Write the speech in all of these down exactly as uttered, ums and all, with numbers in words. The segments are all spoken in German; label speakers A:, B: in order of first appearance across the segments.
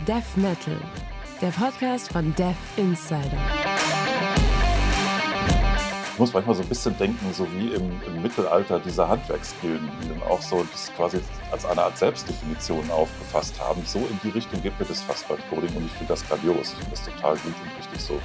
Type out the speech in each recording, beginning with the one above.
A: Dev Metal, der Podcast von Dev Insider.
B: Ich muss manchmal so ein bisschen denken, so wie im, im Mittelalter diese Handwerksgilden, die dann auch so das quasi als eine Art Selbstdefinition aufgefasst haben. So in die Richtung geht mir das fast beim Coding und ich finde das grandios. Ich finde das total gut und richtig so.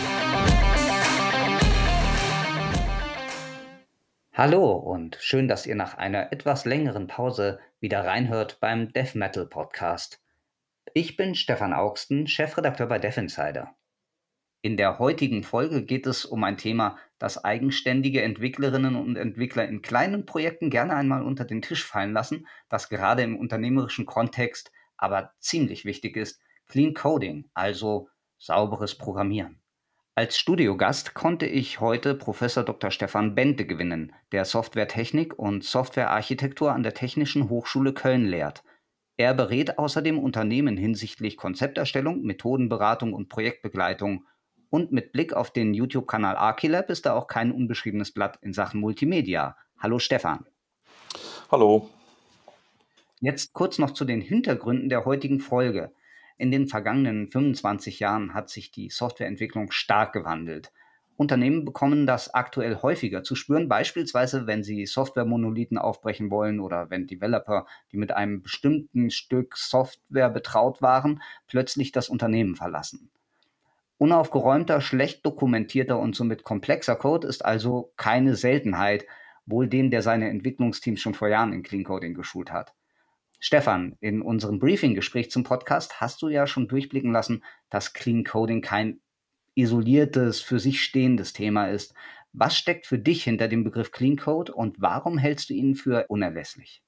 C: Hallo und schön, dass ihr nach einer etwas längeren Pause wieder reinhört beim Dev Metal Podcast. Ich bin Stefan Augsten, Chefredakteur bei Dev Insider. In der heutigen Folge geht es um ein Thema, das eigenständige Entwicklerinnen und Entwickler in kleinen Projekten gerne einmal unter den Tisch fallen lassen, das gerade im unternehmerischen Kontext aber ziemlich wichtig ist: Clean Coding, also sauberes Programmieren. Als Studiogast konnte ich heute Professor Doktor Stefan Bente gewinnen, der Softwaretechnik und Softwarearchitektur an der Technischen Hochschule Köln lehrt. Er berät außerdem Unternehmen hinsichtlich Konzepterstellung, Methodenberatung und Projektbegleitung. Und mit Blick auf den YouTube-Kanal Archilab ist er auch kein unbeschriebenes Blatt in Sachen Multimedia. Hallo Stefan.
B: Hallo.
C: Jetzt kurz noch zu den Hintergründen der heutigen Folge. In den vergangenen fünfundzwanzig Jahren hat sich die Softwareentwicklung stark gewandelt. Unternehmen bekommen das aktuell häufiger zu spüren, beispielsweise wenn sie Softwaremonolithen aufbrechen wollen oder wenn Developer, die mit einem bestimmten Stück Software betraut waren, plötzlich das Unternehmen verlassen. Unaufgeräumter, schlecht dokumentierter und somit komplexer Code ist also keine Seltenheit, wohl dem, der seine Entwicklungsteams schon vor Jahren in Clean Coding geschult hat. Stefan, in unserem Briefing-Gespräch zum Podcast hast du ja schon durchblicken lassen, dass Clean Coding kein isoliertes, für sich stehendes Thema ist. Was steckt für dich hinter dem Begriff Clean Code und warum hältst du ihn für unerlässlich?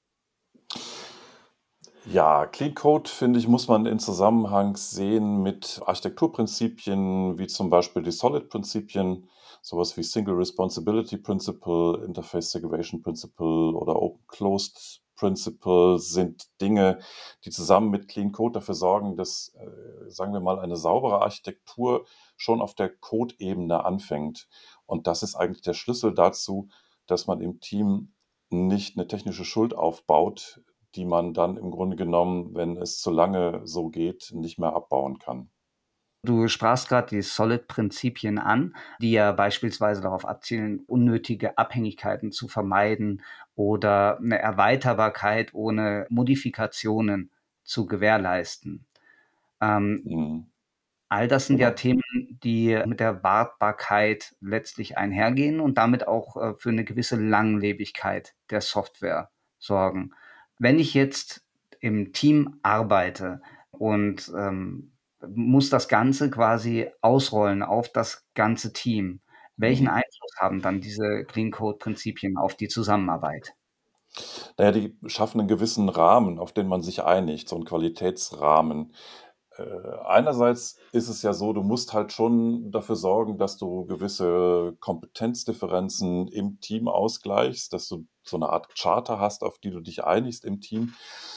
B: Ja, Clean Code, finde ich, muss man in Zusammenhang sehen mit Architekturprinzipien, wie zum Beispiel die Solid-Prinzipien, sowas wie Single Responsibility Principle, Interface Segregation Principle oder Open Closed Principle sind Dinge, die zusammen mit Clean Code dafür sorgen, dass, äh, sagen wir mal, eine saubere Architektur schon auf der Code-Ebene anfängt. Und das ist eigentlich der Schlüssel dazu, dass man im Team nicht eine technische Schuld aufbaut, die man dann im Grunde genommen, wenn es zu lange so geht, nicht mehr abbauen kann.
C: Du sprachst gerade die Solid-Prinzipien an, die ja beispielsweise darauf abzielen, unnötige Abhängigkeiten zu vermeiden oder eine Erweiterbarkeit ohne Modifikationen zu gewährleisten. Ähm,
B: Mhm.
C: all das sind ja
B: Genau.
C: Themen, die mit der Wartbarkeit letztlich einhergehen und damit auch äh, für eine gewisse Langlebigkeit der Software sorgen. Wenn ich jetzt im Team arbeite und ähm, muss das Ganze quasi ausrollen auf das ganze Team, welchen
B: Mhm.
C: Einfluss haben dann diese Clean Code Prinzipien auf die Zusammenarbeit?
B: Na ja, die schaffen einen gewissen Rahmen, auf den man sich einigt, so 'n Qualitätsrahmen. Äh, einerseits ist es ja so, du musst halt schon dafür sorgen, dass du gewisse Kompetenzdifferenzen im Team ausgleichst, dass du so 'ne Art Charta hast, auf die du dich einigst im Team.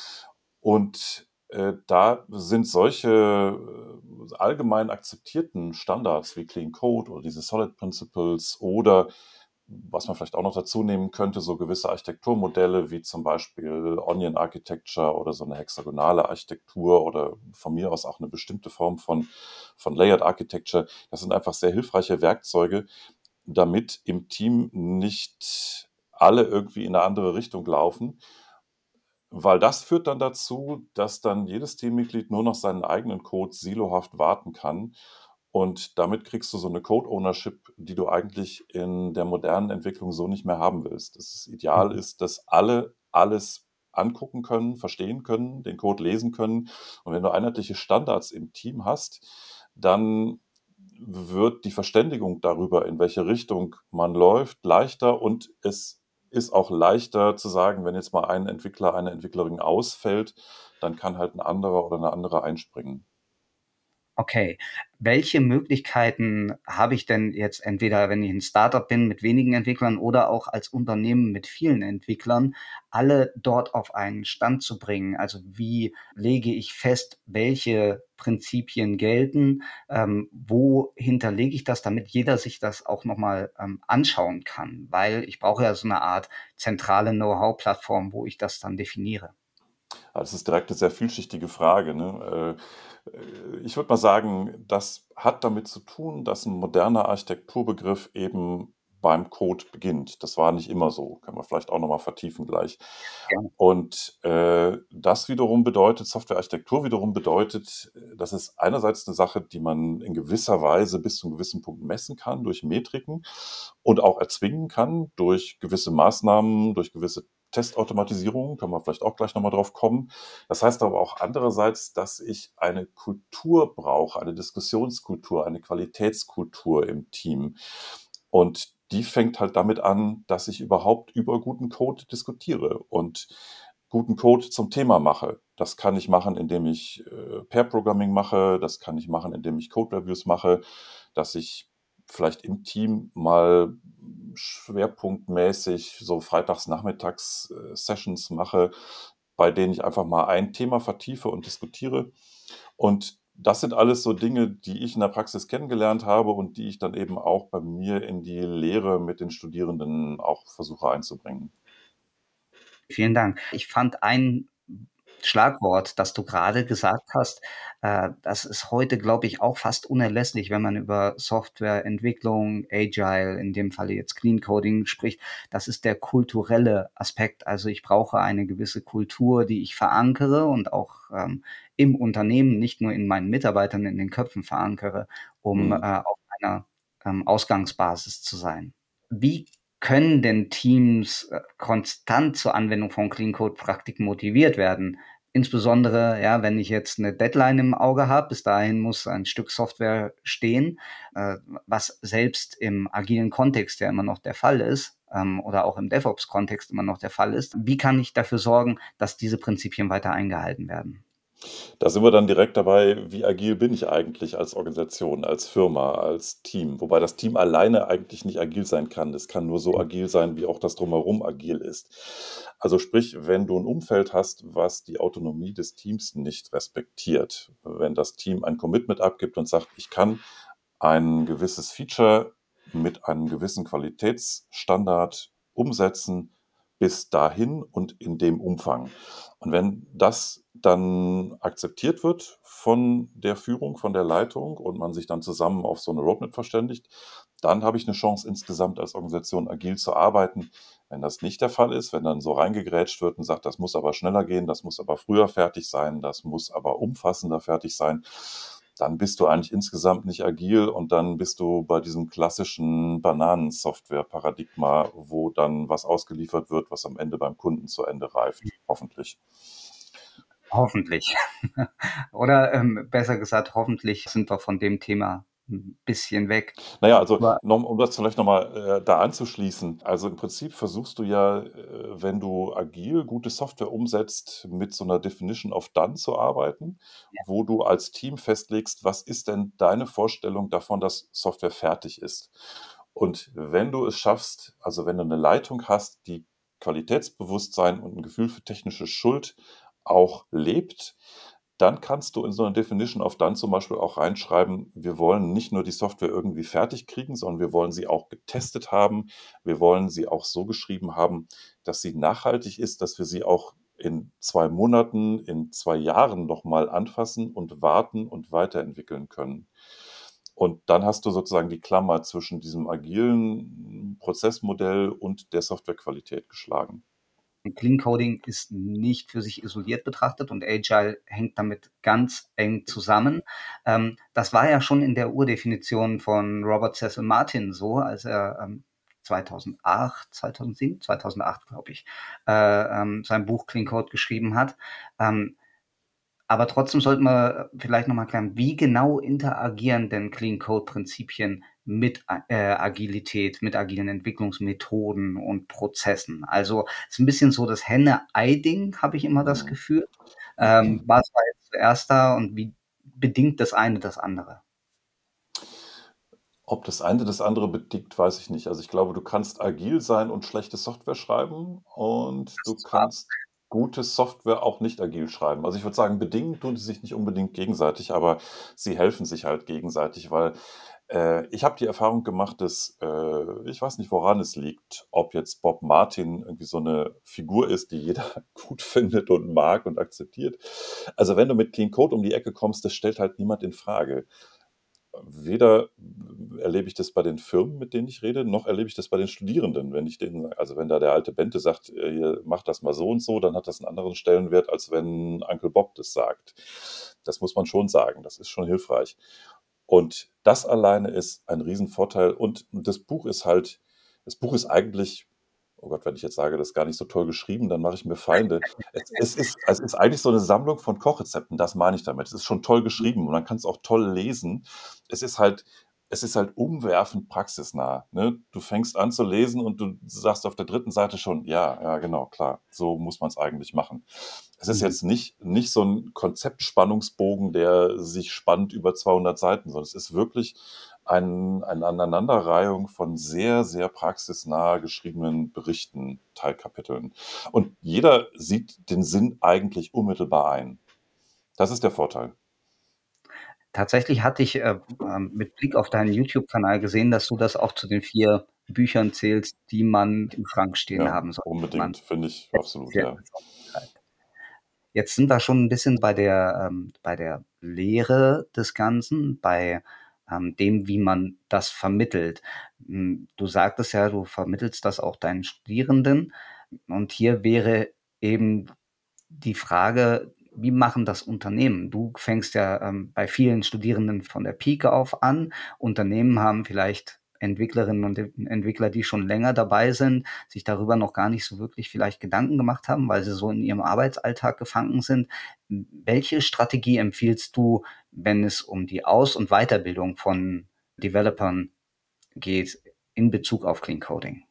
B: Und, äh, da sind solche, äh, allgemein akzeptierten Standards wie Clean Code oder diese Solid Principles oder was man vielleicht auch noch dazu nehmen könnte, so gewisse Architekturmodelle wie zum Beispiel Onion Architecture oder so eine hexagonale Architektur oder von mir aus auch eine bestimmte Form von von Layered Architecture. Das sind einfach sehr hilfreiche Werkzeuge, damit im Team nicht alle irgendwie in eine andere Richtung laufen, weil das führt dann dazu, dass dann jedes Teammitglied nur noch seinen eigenen Code silohaft warten kann. Und damit kriegst du so eine Code-Ownership, die du eigentlich in der modernen Entwicklung so nicht mehr haben willst. Das Ideal
C: Mhm.
B: ist, dass alle alles angucken können, verstehen können, den Code lesen können. Und wenn du einheitliche Standards im Team hast, dann wird die Verständigung darüber, in welche Richtung man läuft, leichter und es ist auch leichter zu sagen, wenn jetzt mal ein Entwickler, eine Entwicklerin ausfällt, dann kann halt ein anderer oder eine andere einspringen.
C: Okay. Welche Möglichkeiten habe ich denn jetzt entweder, wenn ich ein Startup bin mit wenigen Entwicklern oder auch als Unternehmen mit vielen Entwicklern, alle dort auf einen Stand zu bringen? Also, wie lege ich fest, welche Prinzipien gelten? Ähm, wo hinterlege ich das, damit jeder sich das auch noch mal, ähm, anschauen kann? Weil ich brauche ja so eine Art zentrale Know-how-Plattform, wo ich das dann definiere.
B: Ah, das ist direkt 'ne sehr vielschichtige Frage, ne? Äh, äh, ich würde mal sagen, das hat damit zu tun, dass 'n moderner Architekturbegriff eben beim Code beginnt. Das war nicht immer so. Können wir vielleicht auch noch mal vertiefen gleich.
C: Gerne.
B: Und, äh, das wiederum bedeutet Softwarearchitektur wiederum bedeutet, äh, das ist einerseits 'ne Sache, die man in gewisser Weise bis zu 'nem gewissen Punkt messen kann durch Metriken und auch erzwingen kann durch gewisse Maßnahmen, durch gewisse Testautomatisierung, können wir vielleicht auch gleich noch mal drauf kommen. Das heißt aber auch andererseits, dass ich eine Kultur brauche, eine Diskussionskultur, eine Qualitätskultur im Team. Und die fängt halt damit an, dass ich überhaupt über guten Code diskutiere und guten Code zum Thema mache. Das kann ich machen, indem ich, äh, Pair Programming mache, das kann ich machen, indem ich Code Reviews mache, dass ich vielleicht im Team mal schwerpunktmäßig so freitags nachmittags, äh, Sessions mache, bei denen ich einfach mal ein Thema vertiefe und diskutiere. Und das sind alles so Dinge, die ich in der Praxis kennengelernt habe und die ich dann eben auch bei mir in die Lehre mit den Studierenden auch versuche einzubringen.
C: Vielen Dank. Ich fand ein Schlagwort, das du grade gesagt hast, äh, das ist heute, glaube ich, auch fast unerlässlich, wenn man über Softwareentwicklung, Agile, in dem Falle jetzt Clean Coding spricht. Das ist der kulturelle Aspekt. Also, ich brauche eine gewisse Kultur, die ich verankere und auch, ähm, im Unternehmen, nicht nur in meinen Mitarbeitern, in den Köpfen verankere, um, äh,
B: Mhm.
C: auf einer, ähm, Ausgangsbasis zu sein. Wie können denn Teams, äh, konstant zur Anwendung von Clean Code Praktiken motiviert werden? Insbesondere, ja, wenn ich jetzt 'ne Deadline im Auge habe, bis dahin muss ein Stück Software stehen, äh, was selbst im agilen Kontext ja immer noch der Fall ist, ähm, oder auch im DevOps-Kontext immer noch der Fall ist. Wie kann ich dafür sorgen, dass diese Prinzipien weiter eingehalten werden?
B: Da sind wir dann direkt dabei, wie agil bin ich eigentlich als Organisation, als Firma, als Team? Wobei das Team alleine eigentlich nicht agil sein kann. Das kann nur so agil sein, wie auch das Drumherum agil ist. Also sprich, wenn du 'n Umfeld hast, was die Autonomie des Teams nicht respektiert, wenn das Team ein Commitment abgibt und sagt: „Ich kann ein gewisses Feature mit einem gewissen Qualitätsstandard umsetzen bis dahin und in dem Umfang.“ Und wenn das dann akzeptiert wird von der Führung, von der Leitung und man sich dann zusammen auf so 'ne Roadmap verständigt, dann habe ich 'ne Chance, insgesamt als Organisation agil zu arbeiten. Wenn das nicht der Fall ist, wenn dann so reingegrätscht wird und sagt: „Das muss aber schneller gehen, das muss aber früher fertig sein, das muss aber umfassender fertig sein“, dann bist du eigentlich insgesamt nicht agil und dann bist du bei diesem klassischen Bananen-Software-Paradigma, wo dann was ausgeliefert wird, was am Ende beim Kunden zu Ende reift, hoffentlich.
C: Hoffentlich. Oder, ähm, besser gesagt, hoffentlich sind wir von dem Thema 'n bisschen weg.
B: Na ja, also,
C: Aber
B: noch um das vielleicht noch mal, äh, da anzuschließen. Also, im Prinzip versuchst du ja, äh, wenn du agil gute Software umsetzt, mit so 'ner Definition of Done zu arbeiten,
C: Ja.
B: wo du als Team festlegst: „Was ist denn deine Vorstellung davon, dass Software fertig ist?“ Und wenn du es schaffst also, wenn du 'ne Leitung hast, die Qualitätsbewusstsein und 'n Gefühl für technische Schuld auch lebt, dann kannst du in so 'ne Definition of Done zum Beispiel auch reinschreiben: „Wir wollen nicht nur die Software irgendwie fertig kriegen, sondern wir wollen sie auch getestet haben. Wir wollen sie auch so geschrieben haben, dass sie nachhaltig ist, dass wir sie auch in zwei Monaten, in zwei Jahren noch mal anfassen und warten und weiterentwickeln können.“ Und dann hast du sozusagen die Klammer zwischen diesem agilen Prozessmodell und der Softwarequalität geschlagen.
C: Clean Coding ist nicht für sich isoliert betrachtet und Agile hängt damit ganz eng zusammen. Ähm, das war ja schon in der Urdefinition von Robert Cecil Martin so, als er, ähm, zweitausendacht, zweitausendsieben, zweitausendacht, glaube ich, äh, ähm, sein Buch Clean Code geschrieben hat. Ähm, aber trotzdem sollten wir vielleicht noch mal klären, wie genau interagieren denn Clean Code Prinzipien mit A äh, Agilität, mit agilen Entwicklungsmethoden und Prozessen? Also, ist 'n bisschen so das Henne-Ei-Ding, habe ich immer das
B: Mhm.
C: Gefühl. Ähm, was war jetzt zuerst da und wie bedingt das eine das andere?
B: Ob das eine das andere bedingt, weiß ich nicht. Also, ich glaube, du kannst agil sein und schlechte Software schreiben und
C: Das
B: du
C: ist wahr.
B: kannst gute Software auch nicht agil schreiben. Also, ich würde sagen, bedingen tun sie sich nicht unbedingt gegenseitig, aber sie helfen sich halt gegenseitig, weil Äh, ich habe die Erfahrung gemacht, dass äh, ich weiß nicht, woran es liegt, ob jetzt Bob Martin irgendwie so eine Figur ist, die jeder gut findet und mag und akzeptiert. Also, wenn du mit Clean Code um die Ecke kommst, das stellt halt niemand in Frage. Weder erlebe ich das bei den Firmen, mit denen ich rede, noch erlebe ich das bei den Studierenden. Wenn ich denen also, wenn da der alte Bente sagt: „Äh, hier, mach das mal so und so“, dann hat das einen anderen Stellenwert, als wenn Uncle Bob das sagt. Das muss man schon sagen, das ist schon hilfreich. Und das alleine ist ein Riesenvorteil. Und das Buch ist halt das Buch ist eigentlich oh Gott, wenn ich jetzt sage, das ist gar nicht so toll geschrieben, dann mache ich mir Feinde. Es es ist es ist eigentlich so eine Sammlung von Kochrezepten, das meine ich damit. Es ist schon toll geschrieben und man kann es auch toll lesen. Es ist halt es ist halt umwerfend praxisnah, ne? Du fängst an zu lesen und du sagst auf der dritten Seite schon: „Ja, ja, genau, klar, so muss man es eigentlich machen.“ Es ist
C: Mhm.
B: jetzt nicht nicht so ein Konzeptspannungsbogen, der sich spannt über zweihundert Seiten, sondern es ist wirklich ein eine Aneinanderreihung von sehr, sehr praxisnah geschriebenen Berichten, Teilkapiteln. Und jeder sieht den Sinn eigentlich unmittelbar ein. Das ist der Vorteil.
C: Tatsächlich hatte ich, äh, ähm, mit Blick auf deinen YouTube-Kanal gesehen, dass du das auch zu den vier Büchern zählst, die man im Schrank stehen
B: Ja,
C: haben sollte, wenn man
B: unbedingt, finde ich absolut, ja.
C: treibt. Jetzt sind wir schon ein bisschen bei der ähm, bei der Lehre des Ganzen, bei, ähm, dem, wie man das vermittelt. Hm, du sagtest ja, du vermittelst das auch deinen Studierenden und hier wäre eben die Frage, wie machen das Unternehmen? Du fängst ja, ähm, bei vielen Studierenden von der Pike auf an. Unternehmen haben vielleicht Entwicklerinnen und En Entwickler, die schon länger dabei sind, sich darüber noch gar nicht so wirklich vielleicht Gedanken gemacht haben, weil sie so in ihrem Arbeitsalltag gefangen sind. Hm, welche Strategie empfiehlst du, wenn es um die Aus und Weiterbildung von Developern geht in Bezug auf Clean Coding?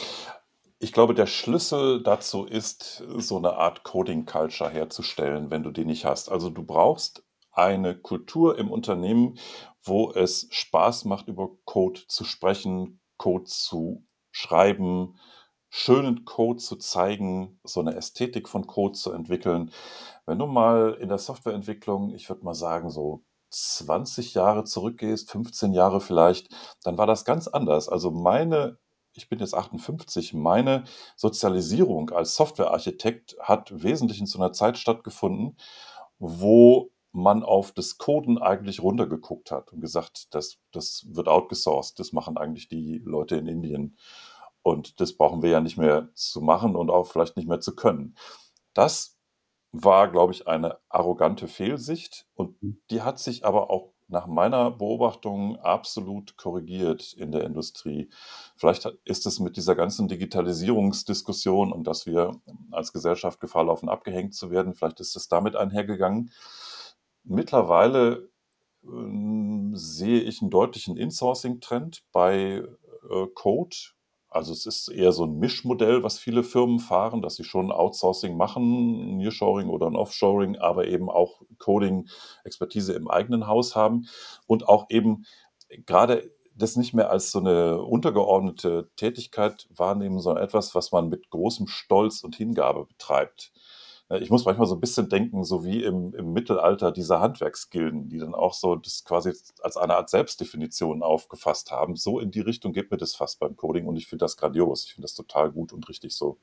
B: Ich glaube, der Schlüssel dazu ist, so eine Art Coding Culture herzustellen, wenn du die nicht hast. Also, du brauchst eine Kultur im Unternehmen, wo es Spaß macht, über Code zu sprechen, Code zu schreiben, schönen Code zu zeigen, so eine Ästhetik von Code zu entwickeln. Wenn du mal in der Softwareentwicklung, ich würde mal sagen, so zwanzig Jahre zurückgehst, fünfzehn Jahre vielleicht, dann war das ganz anders. Also, meine ich bin jetzt achtundfünfzig, meine Sozialisierung als Softwarearchitekt hat wesentlich in so einer Zeit stattgefunden, wo man auf das Coden eigentlich runtergeguckt hat und gesagt: „Das das wird outgesourced. Das machen eigentlich die Leute in Indien. Und das brauchen wir ja nicht mehr zu machen und auch vielleicht nicht mehr zu können.“ Das war, glaube ich, eine arrogante Fehlsicht und die hat sich aber auch nach meiner Beobachtung absolut korrigiert in der Industrie. Vielleicht hat ist es mit dieser ganzen Digitalisierungsdiskussion und dass wir als Gesellschaft Gefahr laufen, abgehängt zu werden, vielleicht ist es damit einhergegangen. Mittlerweile, ähm, sehe ich einen deutlichen Insourcing-Trend bei, äh, Code. Also, es ist eher so ein Mischmodell, was viele Firmen fahren, dass sie schon Outsourcing machen, Nearshoring oder 'n Offshoring, aber eben auch Coding-Expertise im eigenen Haus haben und auch eben gerade das nicht mehr als so eine untergeordnete Tätigkeit wahrnehmen, sondern etwas, was man mit großem Stolz und Hingabe betreibt. Äh, ich muss manchmal so ein bisschen denken, so wie im im Mittelalter diese Handwerksgilden, die dann auch so das quasi als eine Art Selbstdefinition aufgefasst haben. So in die Richtung geht mir das fast beim Coding und ich finde das grandios. Ich finde das total gut und richtig so.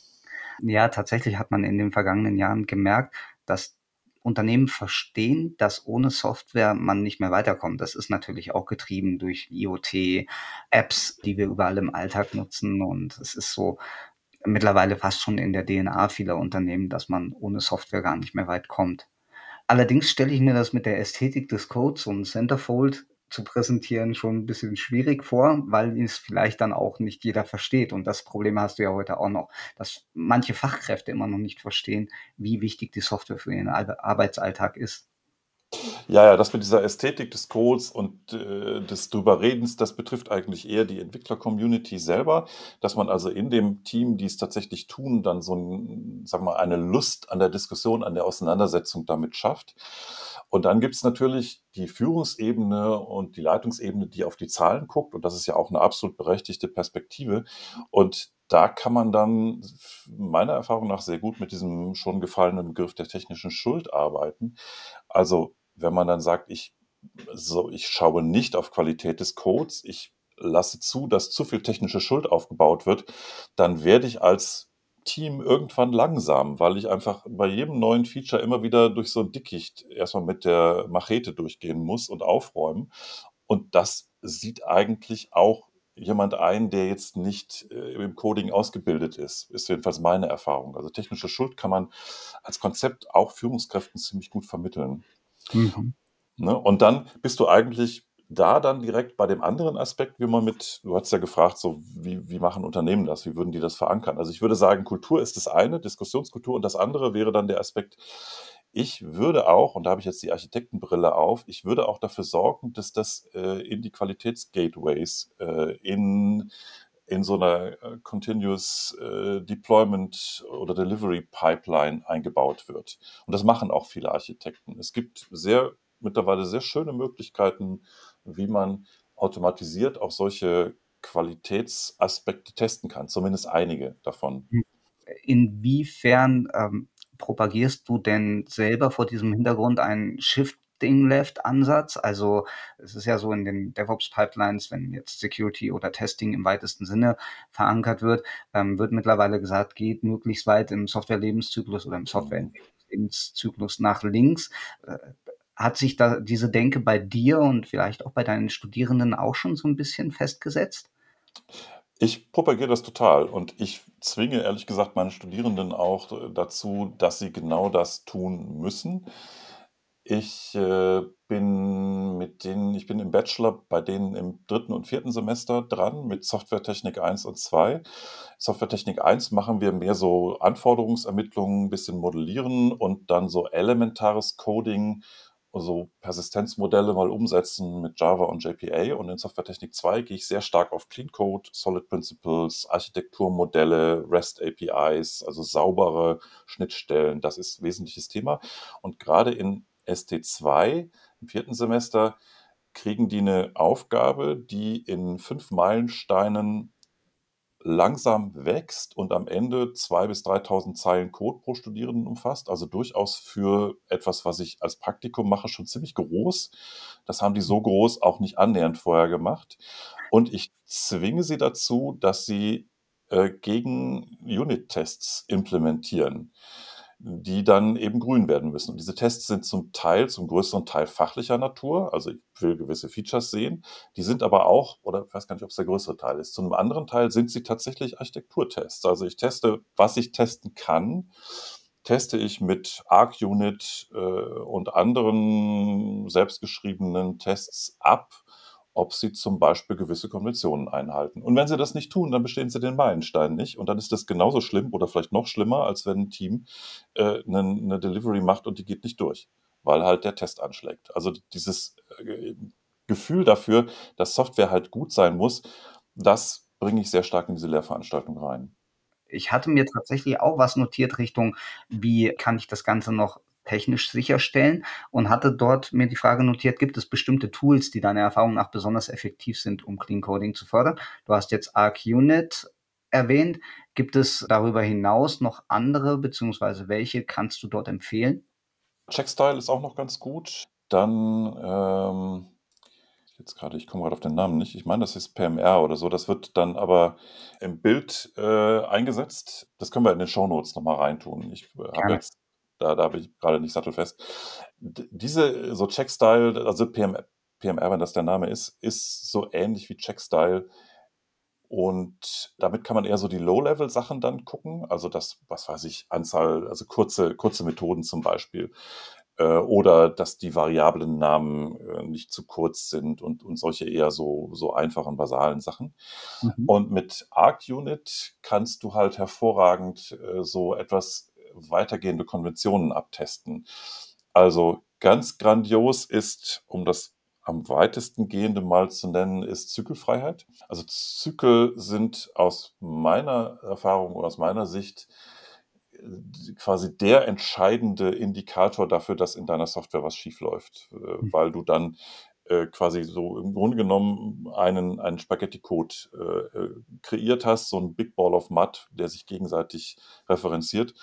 C: Ja, tatsächlich hat man in den vergangenen Jahren gemerkt, dass Unternehmen verstehen, dass ohne Software man nicht mehr weiterkommt. Das ist natürlich auch getrieben durch IoT, Apps, die wir überall im Alltag nutzen. Und es ist so mittlerweile fast schon in der D N A vieler Unternehmen, dass man ohne Software gar nicht mehr weit kommt. Allerdings stelle ich mir das mit der Ästhetik des Codes und Centerfold zu präsentieren schon 'n bisschen schwierig vor, weil es vielleicht dann auch nicht jeder versteht. Und das Problem hast du ja heute auch noch, dass manche Fachkräfte immer noch nicht verstehen, wie wichtig die Software für ihren Albe Arbeitsalltag ist.
B: Ja, ja, das mit dieser Ästhetik des Codes und, äh, des Drüberredens, das betrifft eigentlich eher die Entwickler-Community selber, dass man also in dem Team, die es tatsächlich tun, dann so 'n sagen wir mal, eine Lust an der Diskussion, an der Auseinandersetzung damit schafft. Und dann gibt's natürlich die Führungsebene und die Leitungsebene, die auf die Zahlen guckt und das ist ja auch eine absolut berechtigte Perspektive. Und da kann man dann f meiner Erfahrung nach sehr gut mit diesem schon gefallenen Begriff der technischen Schuld arbeiten. Also, wenn man dann sagt: „Ich so, ich schaue nicht auf Qualität des Codes, ich lasse zu, dass zu viel technische Schuld aufgebaut wird, dann werde ich als Team irgendwann langsam, weil ich einfach bei jedem neuen Feature immer wieder durch so ein Dickicht erstmal mit der Machete durchgehen muss und aufräumen. Und das sieht eigentlich auch jemand ein, der jetzt nicht äh, im Coding ausgebildet ist, ist jedenfalls meine Erfahrung. Also technische Schuld kann man als Konzept auch Führungskräften ziemlich gut vermitteln.
C: Mhm.
B: Ne? Und dann bist du eigentlich da dann direkt bei dem anderen Aspekt, wie man mit, du hast ja gefragt, so wie, wie machen Unternehmen das, wie würden die das verankern? Also ich würde sagen, Kultur ist das eine, Diskussionskultur, und das andere wäre dann der Aspekt, ich würde auch, und da habe ich jetzt die Architektenbrille auf, ich würde auch dafür sorgen, dass das äh, in die Qualitätsgateways, äh, in in so einer äh, Continuous äh, Deployment oder Delivery Pipeline eingebaut wird. Und das machen auch viele Architekten. Es gibt sehr mittlerweile sehr schöne Möglichkeiten, wie man automatisiert auch solche Qualitätsaspekte testen kann, zumindest einige davon.
C: Inwiefern ähm, propagierst du denn selber vor diesem Hintergrund einen Shifting-Left-Ansatz? Also es ist ja so in den DevOps-Pipelines, wenn jetzt Security oder Testing im weitesten Sinne verankert wird, ähm, wird mittlerweile gesagt, geht möglichst weit im Software-Lebenszyklus oder im
B: Mhm.
C: Software-Lebenszyklus nach links. Äh, Hat sich da diese Denke bei dir und vielleicht auch bei deinen Studierenden auch schon so ein bisschen festgesetzt?
B: Ich propagiere das total und ich zwinge ehrlich gesagt meine Studierenden auch äh, dazu, dass sie genau das tun müssen. Ich äh, bin mit denen, ich bin im Bachelor bei denen im dritten und vierten Semester dran mit Softwaretechnik eins und zwei. Softwaretechnik eins machen wir mehr so Anforderungsermittlungen, ein bisschen modellieren und dann so elementares Coding, also Persistenzmodelle mal umsetzen mit Java und J P A. Und in Softwaretechnik zwei gehe ich sehr stark auf Clean Code, Solid Principles, Architekturmodelle, REST A P Is, also saubere Schnittstellen. Das ist ein wesentliches Thema. Und gerade in S T zwei, im vierten Semester, kriegen die eine Aufgabe, die in fünf Meilensteinen langsam wächst und am Ende zweitausend bis dreitausend Zeilen Code pro Studierenden umfasst. Also durchaus für etwas, was ich als Praktikum mache, schon ziemlich groß. Das haben die so groß auch nicht annähernd vorher gemacht. Und ich zwinge sie dazu, dass sie äh, gegen Unit-Tests implementieren, die dann eben grün werden müssen. Und diese Tests sind zum Teil, zum größeren Teil fachlicher Natur. Also ich will gewisse Features sehen. Die sind aber auch, oder ich weiß gar nicht, ob es der größere Teil ist, zu einem anderen Teil sind sie tatsächlich Architekturtests. Also ich teste, was ich testen kann, teste ich mit ArcUnit äh, und anderen selbstgeschriebenen Tests ab, ob sie zum Beispiel gewisse Konventionen einhalten. Und wenn sie das nicht tun, dann bestehen sie den Meilenstein nicht. Und dann ist das genauso schlimm oder vielleicht noch schlimmer, als wenn ein Team äh, eine, eine Delivery macht und die geht nicht durch, weil halt der Test anschlägt. Also dieses äh, Gefühl dafür, dass Software halt gut sein muss, das bringe ich sehr stark in diese Lehrveranstaltung rein.
C: Ich hatte mir tatsächlich auch was notiert Richtung, wie kann ich das Ganze noch technisch sicherstellen und hatte dort mir die Frage notiert, gibt es bestimmte Tools, die deiner Erfahrung nach besonders effektiv sind, um Clean Coding zu fördern? Du hast jetzt ArcUnit erwähnt. Gibt es darüber hinaus noch andere, beziehungsweise welche kannst du dort empfehlen?
B: Checkstyle ist auch noch ganz gut. Dann, ähm, jetzt gerade, ich komme gerade auf den Namen nicht. Ich meine, das ist P M R oder so. Das wird dann aber im Bild äh, eingesetzt. Das können wir in den Shownotes nochmal reintun. Ich äh, habe
C: Gerne.
B: jetzt, da, da bin ich gerade nicht sattelfest. D diese, so Checkstyle, also P M R, P M R, wenn das der Name ist, ist so ähnlich wie Checkstyle. Und damit kann man eher so die Low-Level-Sachen dann gucken. Also das, was weiß ich, Anzahl, also kurze, kurze Methoden zum Beispiel. Äh, oder dass die Variablennamen äh, nicht zu kurz sind und, und solche eher so, so einfachen, basalen Sachen.
C: Mhm.
B: Und mit ArcUnit kannst du halt hervorragend äh, so etwas weitergehende Konventionen abtesten. Also ganz grandios ist, um das am weitesten gehende mal zu nennen, ist Zykkelfreiheit. Also Zykel sind aus meiner Erfahrung oder aus meiner Sicht äh, quasi der entscheidende Indikator dafür, dass in deiner Software was schiefläuft, äh, weil du dann äh, quasi so im Grunde genommen einen, einen Spaghetti-Code äh, äh, kreiert hast, so ein Big Ball of Mud, der sich gegenseitig referenziert.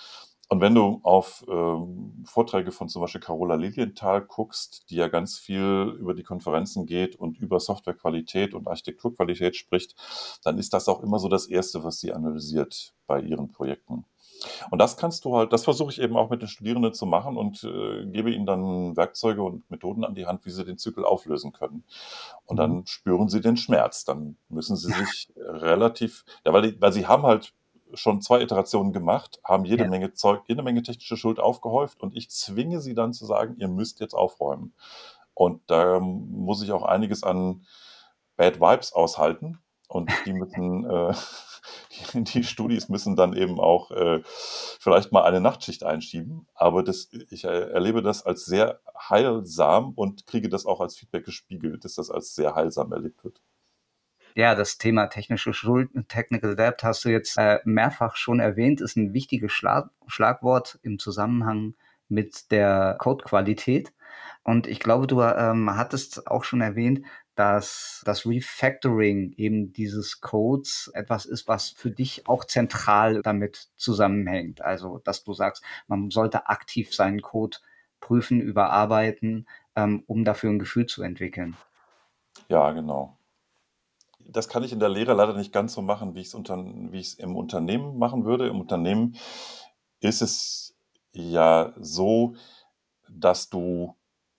B: Und wenn du auf ähm, Vorträge von zum Beispiel Carola Lilienthal guckst, die ja ganz viel über die Konferenzen geht und über Softwarequalität und Architekturqualität spricht, dann ist das auch immer so das Erste, was sie analysiert bei ihren Projekten. Und das kannst du halt, das versuche ich eben auch mit den Studierenden zu machen und äh, gebe ihnen dann Werkzeuge und Methoden an die Hand, wie sie den Zyklus auflösen können. Und
C: Mhm.
B: dann spüren sie den Schmerz. Dann müssen sie sich relativ, ja, weil, die, weil sie haben halt schon zwei Iterationen gemacht, haben jede
C: Ja.
B: Menge Zeug, jede Menge technische Schuld aufgehäuft und ich zwinge sie dann zu sagen, ihr müsst jetzt aufräumen. Und da muss ich auch einiges an Bad Vibes aushalten und die müssen, äh, die, die Studis müssen dann eben auch äh, vielleicht mal eine Nachtschicht einschieben, aber das, ich er- erlebe das als sehr heilsam und kriege das auch als Feedback gespiegelt, dass das als sehr heilsam erlebt wird.
C: Ja, das Thema technische Schulden, Technical Debt hast du jetzt äh, mehrfach schon erwähnt, ist ein wichtiges Schlag Schlagwort im Zusammenhang mit der Codequalität. Und ich glaube, du ähm, hattest auch schon erwähnt, dass das Refactoring eben dieses Codes etwas ist, was für dich auch zentral damit zusammenhängt. Also, dass du sagst, man sollte aktiv seinen Code prüfen, überarbeiten, ähm, um dafür ein Gefühl zu entwickeln.
B: Ja, genau. Das kann ich in der Lehre leider nicht ganz so machen, wie ich es unter, wie ich es im Unternehmen machen würde. Im Unternehmen ist es ja so, dass du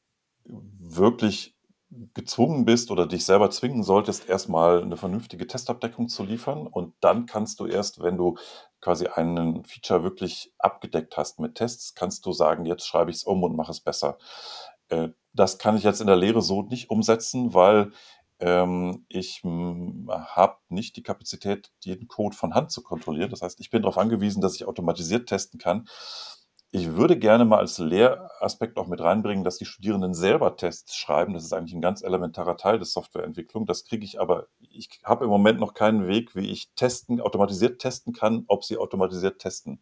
B: wirklich gezwungen bist oder dich selber zwingen solltest, erstmal eine vernünftige Testabdeckung zu liefern. Und dann kannst du erst, wenn du quasi einen Feature wirklich abgedeckt hast mit Tests, kannst du sagen, jetzt schreibe ich es um und mache es besser. Äh, Das kann ich jetzt in der Lehre so nicht umsetzen, weil ähm, ich habe nicht die Kapazität, jeden Code von Hand zu kontrollieren. Das heißt, ich bin darauf angewiesen, dass ich automatisiert testen kann. Ich würde gerne mal als Lehraspekt auch mit reinbringen, dass die Studierenden selber Tests schreiben. Das ist eigentlich ein ganz elementarer Teil der Softwareentwicklung. Das kriege ich aber, ich habe im Moment noch keinen Weg, wie ich testen, automatisiert testen kann, ob sie automatisiert testen.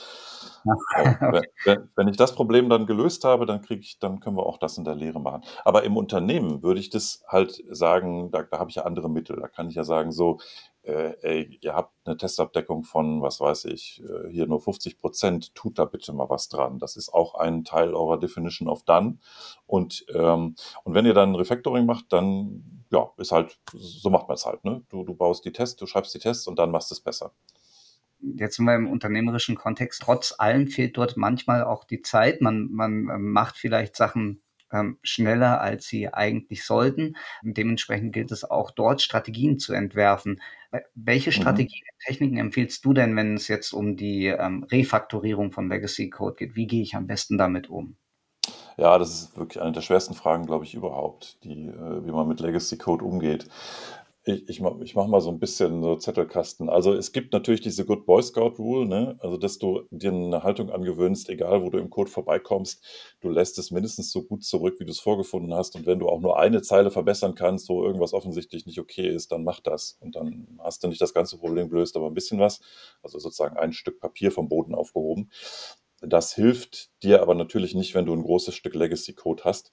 B: Äh, wenn, wenn, wenn ich das Problem dann gelöst habe, dann kriege ich, dann können wir auch das in der Lehre machen. Aber im Unternehmen würde ich das halt sagen, da, da habe ich ja andere Mittel. Da kann ich ja sagen, so, äh, ey, ihr habt eine Testabdeckung von, was weiß ich, äh, hier nur fünfzig Prozent, tut da bitte mal was dran. Das ist auch ein Teil eurer Definition of Done. Und, ähm, und wenn ihr dann Refactoring macht, dann, ja, ist halt, so macht man es halt. Ne? Du, du baust die Tests, du schreibst die Tests und dann machst du es besser.
C: Jetzt sind wir im unternehmerischen Kontext. Trotz allem fehlt dort manchmal auch die Zeit. Man, man ähm, macht vielleicht Sachen ähm, schneller, als sie eigentlich sollten. Und dementsprechend gilt es auch dort, Strategien zu entwerfen. Äh, Welche
B: Mhm.
C: Strategien und Techniken empfiehlst du denn, wenn es jetzt um die ähm, Refaktorierung von Legacy Code geht? Wie gehe ich am besten damit um?
B: Ja, das ist wirklich eine der schwersten Fragen, glaube ich, überhaupt, die, äh, wie man mit Legacy Code umgeht. Ich, ich, mach- ich mache mal so ein bisschen so Zettelkasten. Also es gibt natürlich diese Good Boy Scout Rule, ne? Also dass du dir eine Haltung angewöhnst, egal wo du im Code vorbeikommst, du lässt es mindestens so gut zurück, wie du es vorgefunden hast. Und wenn du auch nur eine Zeile verbessern kannst, wo irgendwas offensichtlich nicht okay ist, dann mach das. Und dann hast du nicht das ganze Problem gelöst, aber ein bisschen was. Also sozusagen ein Stück Papier vom Boden aufgehoben. Das hilft dir aber natürlich nicht, wenn du ein großes Stück Legacy-Code hast.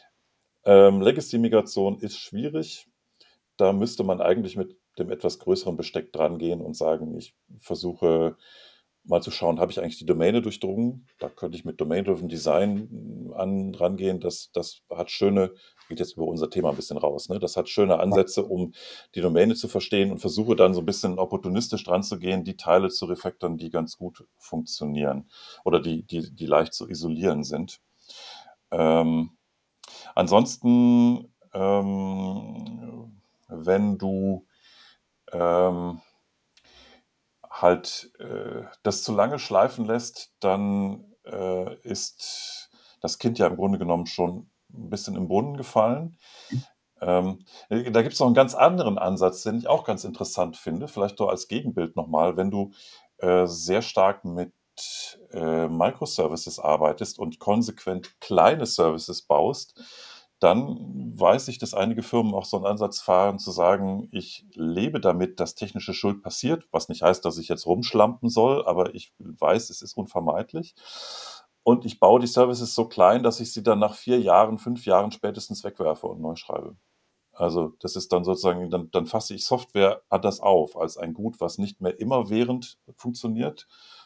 B: Ähm, Legacy-Migration ist schwierig. Da müsste man eigentlich mit dem etwas größeren Besteck drangehen und sagen, ich versuche mal zu schauen, habe ich eigentlich die Domäne durchdrungen? Da könnte ich mit Domain-Driven Design an rangehen. Das, das hat schöne, geht jetzt über unser Thema ein bisschen raus, ne? Das hat schöne Ansätze, um die Domäne zu verstehen und versuche dann so ein bisschen opportunistisch dran zu gehen, die Teile zu refactoren, die ganz gut funktionieren oder die, die, die leicht zu isolieren sind. Ähm, Ansonsten, ähm, wenn du ähm, halt äh, das zu lange schleifen lässt, dann äh, ist das Kind ja im Grunde genommen schon ein bisschen im Brunnen gefallen. Ähm, äh, Da gibt es noch einen ganz anderen Ansatz, den ich auch ganz interessant finde, vielleicht so als Gegenbild nochmal, wenn du äh, sehr stark mit äh, Microservices arbeitest und konsequent kleine Services baust, dann weiß ich, dass einige Firmen auch so einen Ansatz fahren, zu sagen, ich lebe damit, dass technische Schuld passiert, was nicht heißt, dass ich jetzt rumschlampen soll, aber ich weiß, es ist unvermeidlich. Und ich baue die Services so klein, dass ich sie dann nach vier Jahren, fünf Jahren spätestens wegwerfe und neu schreibe. Also das ist dann sozusagen, dann, dann fasse ich Software anders auf als ein Gut, was nicht mehr immerwährend funktioniert,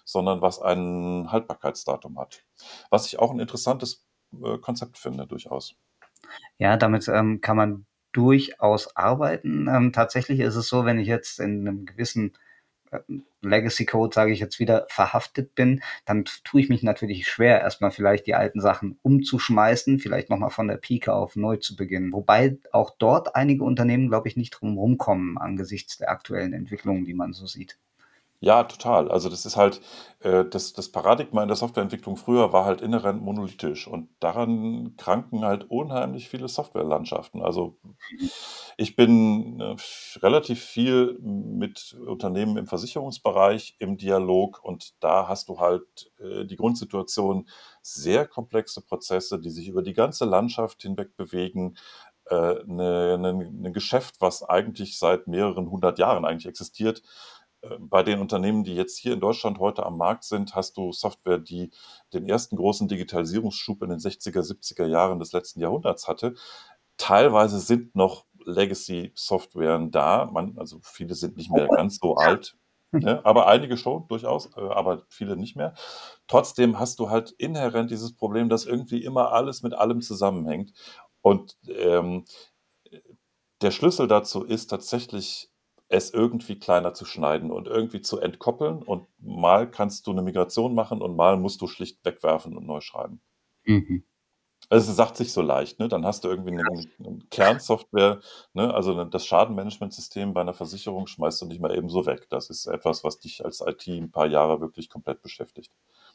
B: sondern was ein Haltbarkeitsdatum hat. Was ich auch ein interessantes äh, Konzept finde, durchaus.
C: Ja, damit, ähm, kann man durchaus arbeiten. Ähm, tatsächlich ist es so, wenn ich jetzt in einem gewissen, ähm, Legacy Code, sage ich jetzt wieder, verhaftet bin, dann t tue ich mich natürlich schwer, erstmal vielleicht die alten Sachen umzuschmeißen, vielleicht noch mal von der Pike auf neu zu beginnen. Wobei auch dort einige Unternehmen, glaube ich, nicht drum rumkommen angesichts der aktuellen Entwicklungen, die man so sieht.
B: Ja, total. Also, das ist halt äh, das das Paradigma in der Softwareentwicklung früher war halt inhärent monolithisch und daran kranken halt unheimlich viele Softwarelandschaften. Also, ich bin, äh, relativ viel mit Unternehmen im Versicherungsbereich im Dialog und da hast du halt, äh, die Grundsituation, sehr komplexe Prozesse, die sich über die ganze Landschaft hinweg bewegen. Äh, 'ne 'nen 'nen Geschäft, was eigentlich seit mehreren hundert Jahren eigentlich existiert. Äh, bei den Unternehmen, die jetzt hier in Deutschland heute am Markt sind, hast du Software, die den ersten großen Digitalisierungsschub in den sechziger, siebziger Jahren des letzten Jahrhunderts hatte. Teilweise sind noch Legacy-Softwaren da. Man also, viele sind nicht mehr ganz so alt, ne, aber einige schon durchaus, äh, aber viele nicht mehr. Trotzdem hast du halt inhärent dieses Problem, dass irgendwie immer alles mit allem zusammenhängt und, ähm, äh, der Schlüssel dazu ist tatsächlich, es irgendwie kleiner zu schneiden und irgendwie zu entkoppeln und mal kannst du 'ne Migration machen und mal musst du schlicht wegwerfen und neu schreiben.
C: Mhm.
B: Also, es sagt sich so leicht, ne? Dann hast du irgendwie 'ne 'ne 'ne Kernsoftware, ne? Also, 'ne das Schadenmanagementsystem bei 'ner Versicherung schmeißt du nicht mal eben so weg. Das ist etwas, was dich als I T 'n paar Jahre wirklich komplett beschäftigt.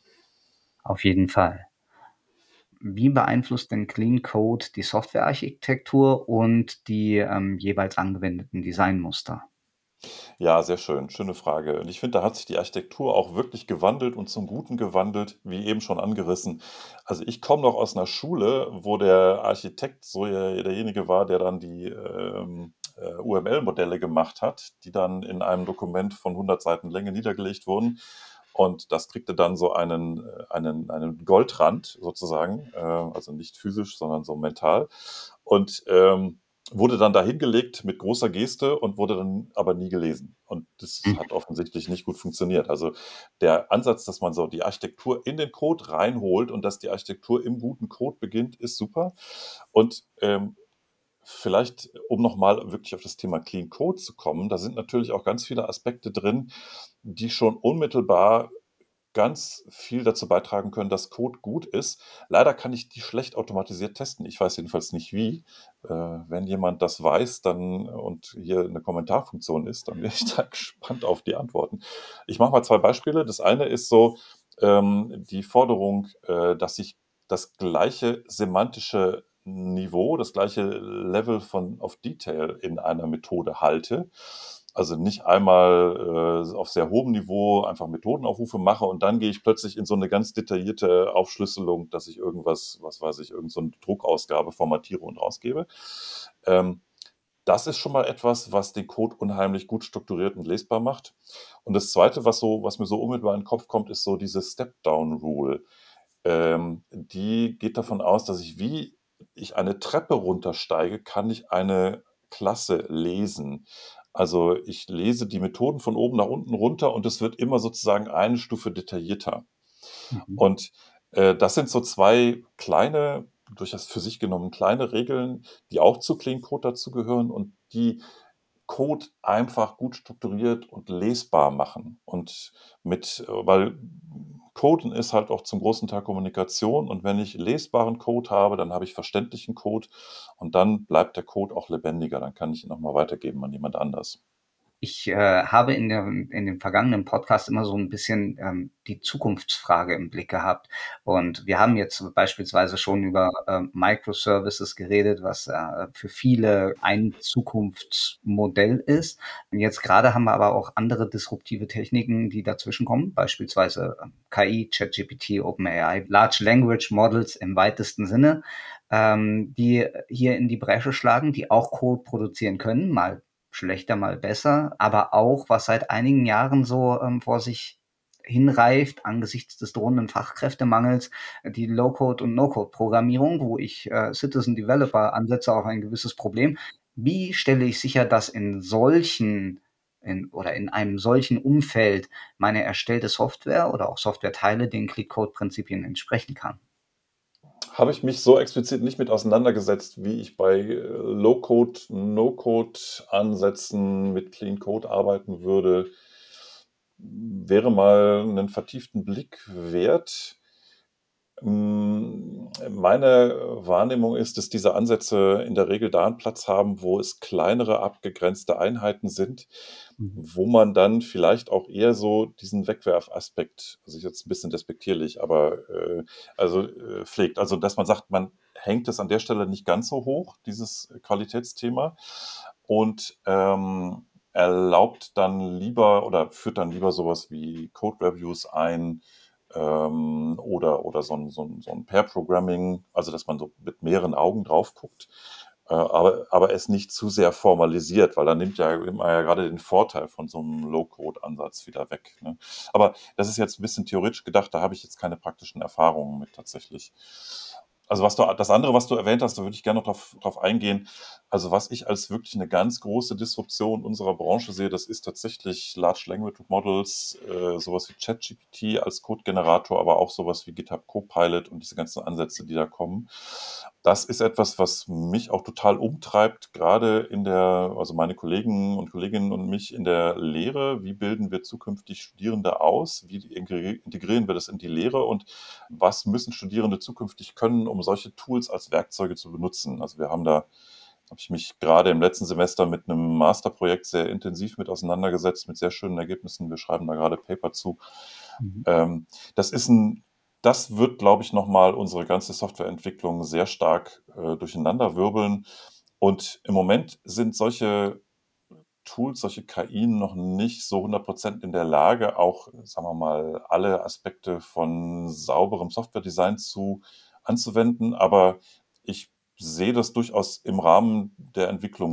C: Auf jeden Fall. Wie beeinflusst denn Clean Code die Softwarearchitektur und die, ähm, jeweils angewendeten Designmuster?
B: Ja, sehr schön. Schöne Frage. Und ich finde, da hat sich die Architektur auch wirklich gewandelt und zum Guten gewandelt, wie eben schon angerissen. Also, ich komme noch aus 'ner Schule, wo der Architekt so der derjenige war, der dann die, ähm, äh, U M L-Modelle gemacht hat, die dann in einem Dokument von hundert Seiten Länge niedergelegt wurden. Und das kriegte dann so einen äh, einen einen Goldrand sozusagen, äh, also nicht physisch, sondern so mental. Und, ähm, wurde dann da hingelegt mit großer Geste und wurde dann aber nie gelesen. Und das
C: Mhm.
B: hat offensichtlich nicht gut funktioniert. Also, der Ansatz, dass man so die Architektur in den Code reinholt und dass die Architektur im guten Code beginnt, ist super. Und, ähm, vielleicht, um noch mal wirklich auf das Thema Clean Code zu kommen, da sind natürlich auch ganz viele Aspekte drin, die schon unmittelbar ganz viel dazu beitragen können, dass Code gut ist. Leider kann ich die schlecht automatisiert testen. Ich weiß jedenfalls nicht wie. Äh, wenn jemand das weiß, dann und hier 'ne Kommentarfunktion ist, dann wäre ich da gespannt auf die Antworten. Ich mache mal zwei Beispiele. Das eine ist so, ähm, die Forderung, äh, dass ich das gleiche semantische Niveau, das gleiche Level von of Detail in einer Methode halte. Also, nicht einmal, äh, auf sehr hohem Niveau einfach Methodenaufrufe mache und dann gehe ich plötzlich in so 'ne ganz detaillierte Aufschlüsselung, dass ich irgendwas was weiß ich, irgend so 'n Druckausgabe formatiere und rausgebe. Ähm, das ist schon mal etwas, was den Code unheimlich gut strukturiert und lesbar macht. Und das Zweite, was so was mir so unmittelbar in 'n Kopf kommt, ist so diese Step-Down-Rule. Ähm, die geht davon aus, dass ich wie ich eine Treppe runtersteige, kann ich eine Klasse lesen. Also, ich lese die Methoden von oben nach unten runter und es wird immer sozusagen eine Stufe detaillierter.
C: Mhm.
B: Und, äh, das sind so zwei kleine, durchaus für sich genommen kleine Regeln, die auch zu Clean Code dazugehören und die Code einfach gut strukturiert und lesbar machen. Und mit äh, weil Coden ist halt auch zum großen Teil Kommunikation und wenn ich lesbaren Code habe, dann habe ich verständlichen Code und dann bleibt der Code auch lebendiger. Dann kann ich ihn auch mal weitergeben an jemand anders.
C: Ich, äh, habe in dem in dem vergangenen Podcast immer so 'n bisschen, ähm, die Zukunftsfrage im Blick gehabt. Und wir haben jetzt beispielsweise schon über, ähm, Microservices geredet, was, äh, für viele ein Zukunftsmodell ist. Und jetzt grade haben wir aber auch andere disruptive Techniken, die dazwischenkommen, beispielsweise, ähm, K I, ChatGPT, OpenAI, Large Language Models im weitesten Sinne, ähm, die hier in die Bresche schlagen, die auch Code produzieren können, mal schlechter, mal besser, aber auch, was seit einigen Jahren so, ähm, vor sich hinreift angesichts des drohenden Fachkräftemangels, die Low-Code und No-Code-Programmierung, wo ich, äh, Citizen Developer ansetze auf ein gewisses Problem. Wie stelle ich sicher, dass in solchen in, oder in einem solchen Umfeld meine erstellte Software oder auch Softwareteile den Clean-Code-Prinzipien entsprechen kann?
B: Habe ich mich so explizit nicht mit auseinandergesetzt, wie ich bei äh, Low-Code, No-Code-Ansätzen mit Clean Code arbeiten würde. Wäre mal einen vertieften Blick wert. Hm, meine Wahrnehmung ist, dass diese Ansätze in der Regel da einen Platz haben, wo es kleinere, abgegrenzte Einheiten sind,
C: Mhm.
B: wo man dann vielleicht auch eher so diesen Wegwerfaspekt, also jetzt ein bisschen despektierlich, aber äh, also äh, pflegt. Also, dass man sagt, man hängt es an der Stelle nicht ganz so hoch, dieses Qualitätsthema, und ähm, erlaubt dann lieber oder führt dann lieber sowas wie Code-Reviews ein, ähm, oder, oder so ein, so ein, so ein Pair-Programming, also dass man so mit mehreren Augen drauf guckt, äh, aber, aber es nicht zu sehr formalisiert, weil dann nimmt ja, nimmt man ja gerade den Vorteil von so einem Low-Code-Ansatz wieder weg. Ne? Aber das ist jetzt ein bisschen theoretisch gedacht, da habe ich jetzt keine praktischen Erfahrungen mit tatsächlich. Also was du, das andere, was du erwähnt hast, da würde ich gerne noch drauf, drauf eingehen. Also was ich als wirklich eine ganz große Disruption unserer Branche sehe, das ist tatsächlich Large Language Models, äh, sowas wie ChatGPT als Codegenerator, aber auch sowas wie GitHub Copilot und diese ganzen Ansätze, die da kommen. Das ist etwas, was mich auch total umtreibt, gerade in der, also meine Kollegen und Kolleginnen und mich in der Lehre. Wie bilden wir zukünftig Studierende aus? Wie integri- integrieren wir das in die Lehre? Und was müssen Studierende zukünftig können, um solche Tools als Werkzeuge zu benutzen? Also wir haben da, habe ich mich gerade im letzten Semester mit einem Masterprojekt sehr intensiv mit auseinandergesetzt, mit sehr schönen Ergebnissen. Wir schreiben da gerade Paper zu.
C: Mhm.
B: Ähm, das ist ein, das wird, glaube ich, nochmal unsere ganze Softwareentwicklung sehr stark äh, durcheinander wirbeln. Und im Moment sind solche Tools, solche K I noch nicht so hundert Prozent in der Lage, auch, sagen wir mal, alle Aspekte von sauberem Softwaredesign zu anzuwenden. Aber ich sehe das durchaus im Rahmen der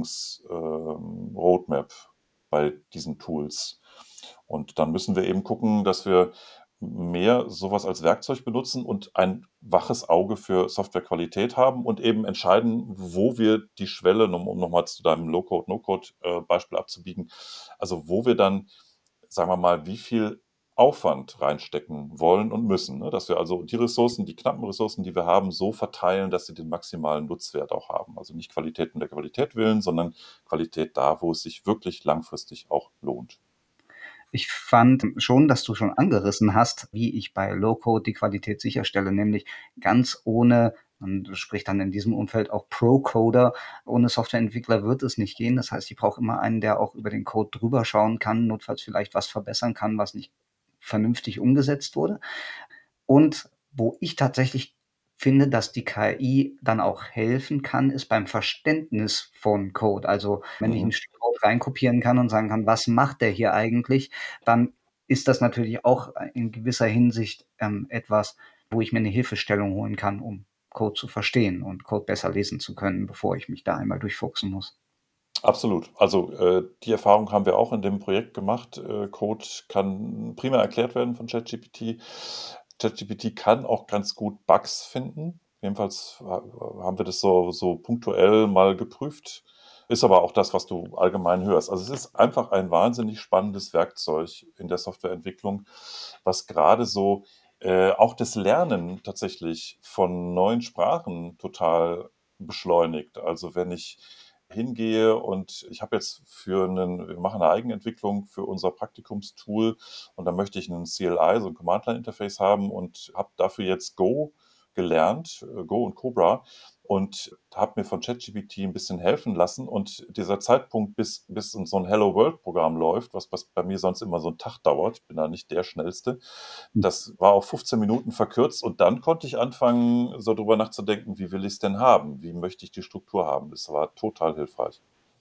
B: Entwicklungs-Roadmap bei diesen Tools. Und dann müssen wir eben gucken, dass wir mehr sowas als Werkzeug benutzen und ein waches Auge für Softwarequalität haben und eben entscheiden, wo wir die Schwelle, um, um nochmal zu deinem Low-Code, No-Code-Beispiel abzubiegen, also wo wir dann, sagen wir mal, wie viel Aufwand reinstecken wollen und müssen. Ne? Dass wir also die Ressourcen, die knappen Ressourcen, die wir haben, so verteilen, dass sie den maximalen Nutzwert auch haben. Also nicht Qualität um der Qualität willen, sondern Qualität da, wo es sich wirklich langfristig auch lohnt.
C: Ich fand schon, dass du schon angerissen hast, wie ich bei Low-Code die Qualität sicherstelle, nämlich ganz ohne, man spricht dann in diesem Umfeld auch Pro-Coder, ohne Softwareentwickler wird es nicht gehen. Das heißt, ich brauche immer einen, der auch über den Code drüber schauen kann, notfalls vielleicht was verbessern kann, was nicht vernünftig umgesetzt wurde. Und wo ich tatsächlich finde, dass die K I dann auch helfen kann, ist beim Verständnis von Code. Also, wenn ich 'n
B: Mhm.
C: Stück Code reinkopieren kann und sagen kann: „Was macht der hier eigentlich?“, dann ist das natürlich auch, äh, in gewisser Hinsicht, ähm, etwas, wo ich mir 'ne Hilfestellung holen kann, um Code zu verstehen und Code besser lesen zu können, bevor ich mich da einmal durchfuchsen muss.
B: Absolut. Also, äh, die Erfahrung haben wir auch in dem Projekt gemacht. Äh, Code kann prima erklärt werden von ChatGPT. ChatGPT kann auch ganz gut Bugs finden. Jedenfalls ha haben wir das so so punktuell mal geprüft. Ist aber auch das, was du allgemein hörst. Also, es ist einfach ein wahnsinnig spannendes Werkzeug in der Softwareentwicklung, was gerade so, äh, auch das Lernen tatsächlich von neuen Sprachen total beschleunigt. Also, wenn ich hingehe und ich habe jetzt für einen, wir machen eine Eigenentwicklung für unser Praktikumstool und da möchte ich einen C L I, so ein Command-Line-Interface haben und habe dafür jetzt Go gelernt, äh, Go und Cobra, und habe mir von ChatGPT ein bisschen helfen lassen, und dieser Zeitpunkt, bis bis so ein Hello World-Programm läuft, was was bei mir sonst immer so 'n Tag dauert, ich bin da nicht der Schnellste, das war auf fünfzehn Minuten verkürzt, und dann konnte ich anfangen, so drüber nachzudenken: „Wie will ich's denn haben? Wie möchte ich die Struktur haben?“ Das war total hilfreich.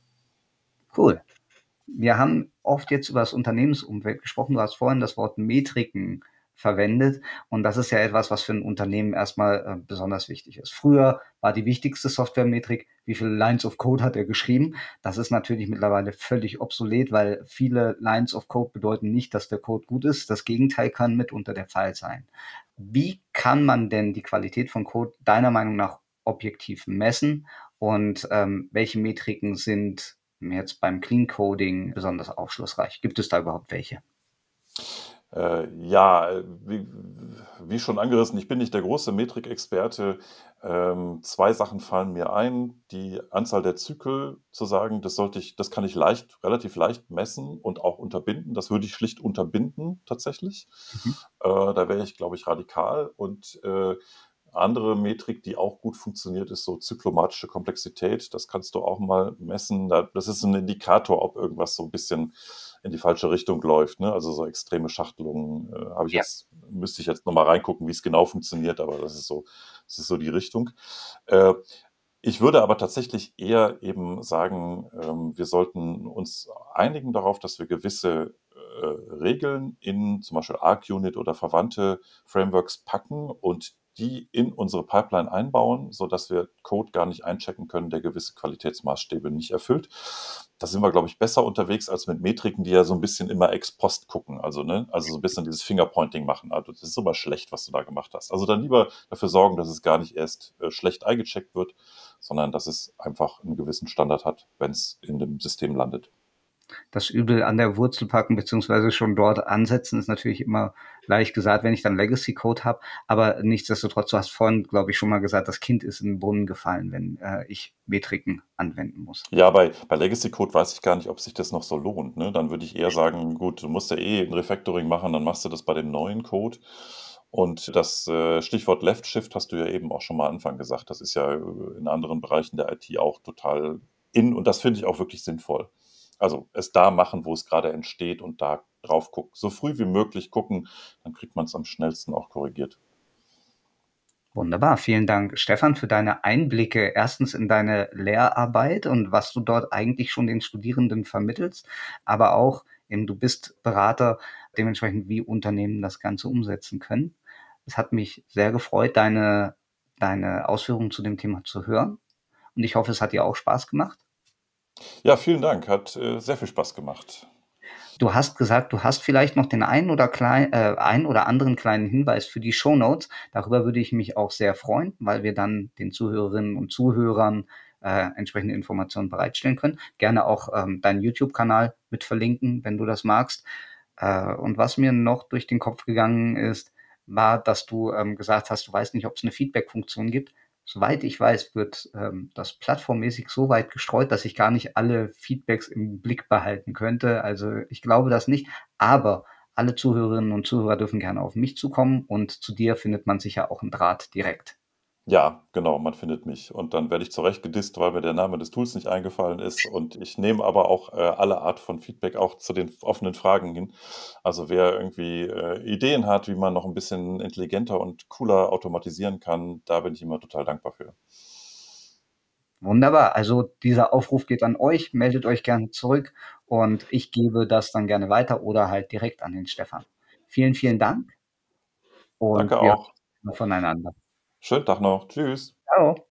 C: Cool. Wir haben oft jetzt über das Unternehmensumfeld gesprochen. Du hast vorhin das Wort Metriken verwendet und das ist ja etwas, was für ein Unternehmen erstmal äh, besonders wichtig ist. Früher war die wichtigste Softwaremetrik, wie viele Lines of Code hat er geschrieben? Das ist natürlich mittlerweile völlig obsolet, weil viele Lines of Code bedeuten nicht, dass der Code gut ist. Das Gegenteil kann mitunter der Fall sein. Wie kann man denn die Qualität von Code deiner Meinung nach objektiv messen und, ähm, welche Metriken sind jetzt beim Clean Coding besonders aufschlussreich? Gibt es da überhaupt welche?
B: Äh, ja, äh, wie wie schon angerissen, ich bin nicht der große Metrikexperte. Ähm, zwei Sachen fallen mir ein. Die Anzahl der Zykel zu sagen, das sollte ich das kann ich leicht relativ leicht messen und auch unterbinden. Das würde ich schlicht unterbinden tatsächlich.
C: Mhm.
B: Äh, da wäre ich, glaube ich, radikal. Und, äh, andere Metrik, die auch gut funktioniert, ist so zyklomatische Komplexität. Das kannst du auch mal messen. Da das ist 'n Indikator, ob irgendwas so 'n bisschen in die falsche Richtung läuft, ne? Also, so extreme Schachtelungen, äh, habe ich
C: Ja.
B: jetzt müsste ich jetzt noch mal reingucken, wie's genau funktioniert, aber das ist so das ist so die Richtung. Äh, ich würde aber tatsächlich eher eben sagen, ähm, wir sollten uns einigen darauf, dass wir gewisse, äh, Regeln in zum Beispiel ArcUnit oder verwandte Frameworks packen und die in unsere Pipeline einbauen, sodass wir Code gar nicht einchecken können, der gewisse Qualitätsmaßstäbe nicht erfüllt. Da sind wir, glaube ich, besser unterwegs als mit Metriken, die ja so 'n bisschen immer ex post gucken, also, ne also, so 'n bisschen dieses Fingerpointing machen. Also, das ist aber schlecht, was du da gemacht hast. Also, dann lieber dafür sorgen, dass es gar nicht erst, äh, schlecht eingecheckt wird, sondern dass es einfach 'n gewissen Standard hat, wenn's in dem System landet.
C: Das Übel an der Wurzel packen beziehungsweise schon dort ansetzen, ist natürlich immer leicht gesagt, wenn ich dann Legacy-Code habe. Aber nichtsdestotrotz, du hast vorhin, glaube ich, schon mal gesagt, das Kind ist in 'n Brunnen gefallen, wenn, äh, ich Metriken anwenden muss.
B: Ja, bei bei Legacy-Code weiß ich gar nicht, ob sich das noch so lohnt, ne? Dann würde ich eher sagen: „Gut, du musst ja eh 'n Refactoring machen, dann machst du das bei dem neuen Code.“ Und das, äh, Stichwort Left Shift hast du ja eben auch schon mal am Anfang gesagt. Das ist ja, äh, in anderen Bereichen der I T auch total in und das finde ich auch wirklich sinnvoll. Also, es da machen, wo es grade entsteht und da drauf gucken. So früh wie möglich gucken, dann kriegt man's am schnellsten auch korrigiert.
C: Wunderbar. Vielen Dank, Stefan, für deine Einblicke erstens in deine Lehrarbeit und was du dort eigentlich schon den Studierenden vermittelst, aber auch in du bist Berater, dementsprechend, wie Unternehmen das Ganze umsetzen können. Es hat mich sehr gefreut, deine deine Ausführungen zu dem Thema zu hören und ich hoffe, es hat dir auch Spaß gemacht.
B: Ja, vielen Dank. Hat, äh, sehr viel Spaß gemacht.
C: Du hast gesagt, du hast vielleicht noch den einen oder klei äh, einen oder anderen kleinen Hinweis für die Shownotes. Darüber würde ich mich auch sehr freuen, weil wir dann den Zuhörerinnen und Zuhörern, äh, entsprechende Informationen bereitstellen können. Gerne auch, ähm, deinen YouTube-Kanal mit verlinken, wenn du das magst. Äh, und was mir noch durch den Kopf gegangen ist, war, dass du, ähm, gesagt hast, du weißt nicht, ob's 'ne Feedback-Funktion gibt. Soweit ich weiß, wird, ähm, das plattformmäßig so weit gestreut, dass ich gar nicht alle Feedbacks im Blick behalten könnte. Also, ich glaube das nicht, aber alle Zuhörerinnen und Zuhörer dürfen gerne auf mich zukommen und zu dir findet man sicher auch 'n Draht direkt.
B: Ja, genau, man findet mich und dann werde ich zurecht gedisst, weil mir der Name des Tools nicht eingefallen ist und ich nehme aber auch, äh, alle Art von Feedback auch zu den f offenen Fragen hin. Also, wer irgendwie, äh, Ideen hat, wie man noch 'n bisschen intelligenter und cooler automatisieren kann, da bin ich immer total dankbar für.
C: Wunderbar. Also, dieser Aufruf geht an euch. Meldet euch gerne zurück und ich gebe das dann gerne weiter oder halt direkt an den Stefan. Vielen, vielen Dank.
B: Danke
C: Und wir
B: auch.
C: voneinander.
B: Schönen Tag noch. Tschüss.
C: Tschau.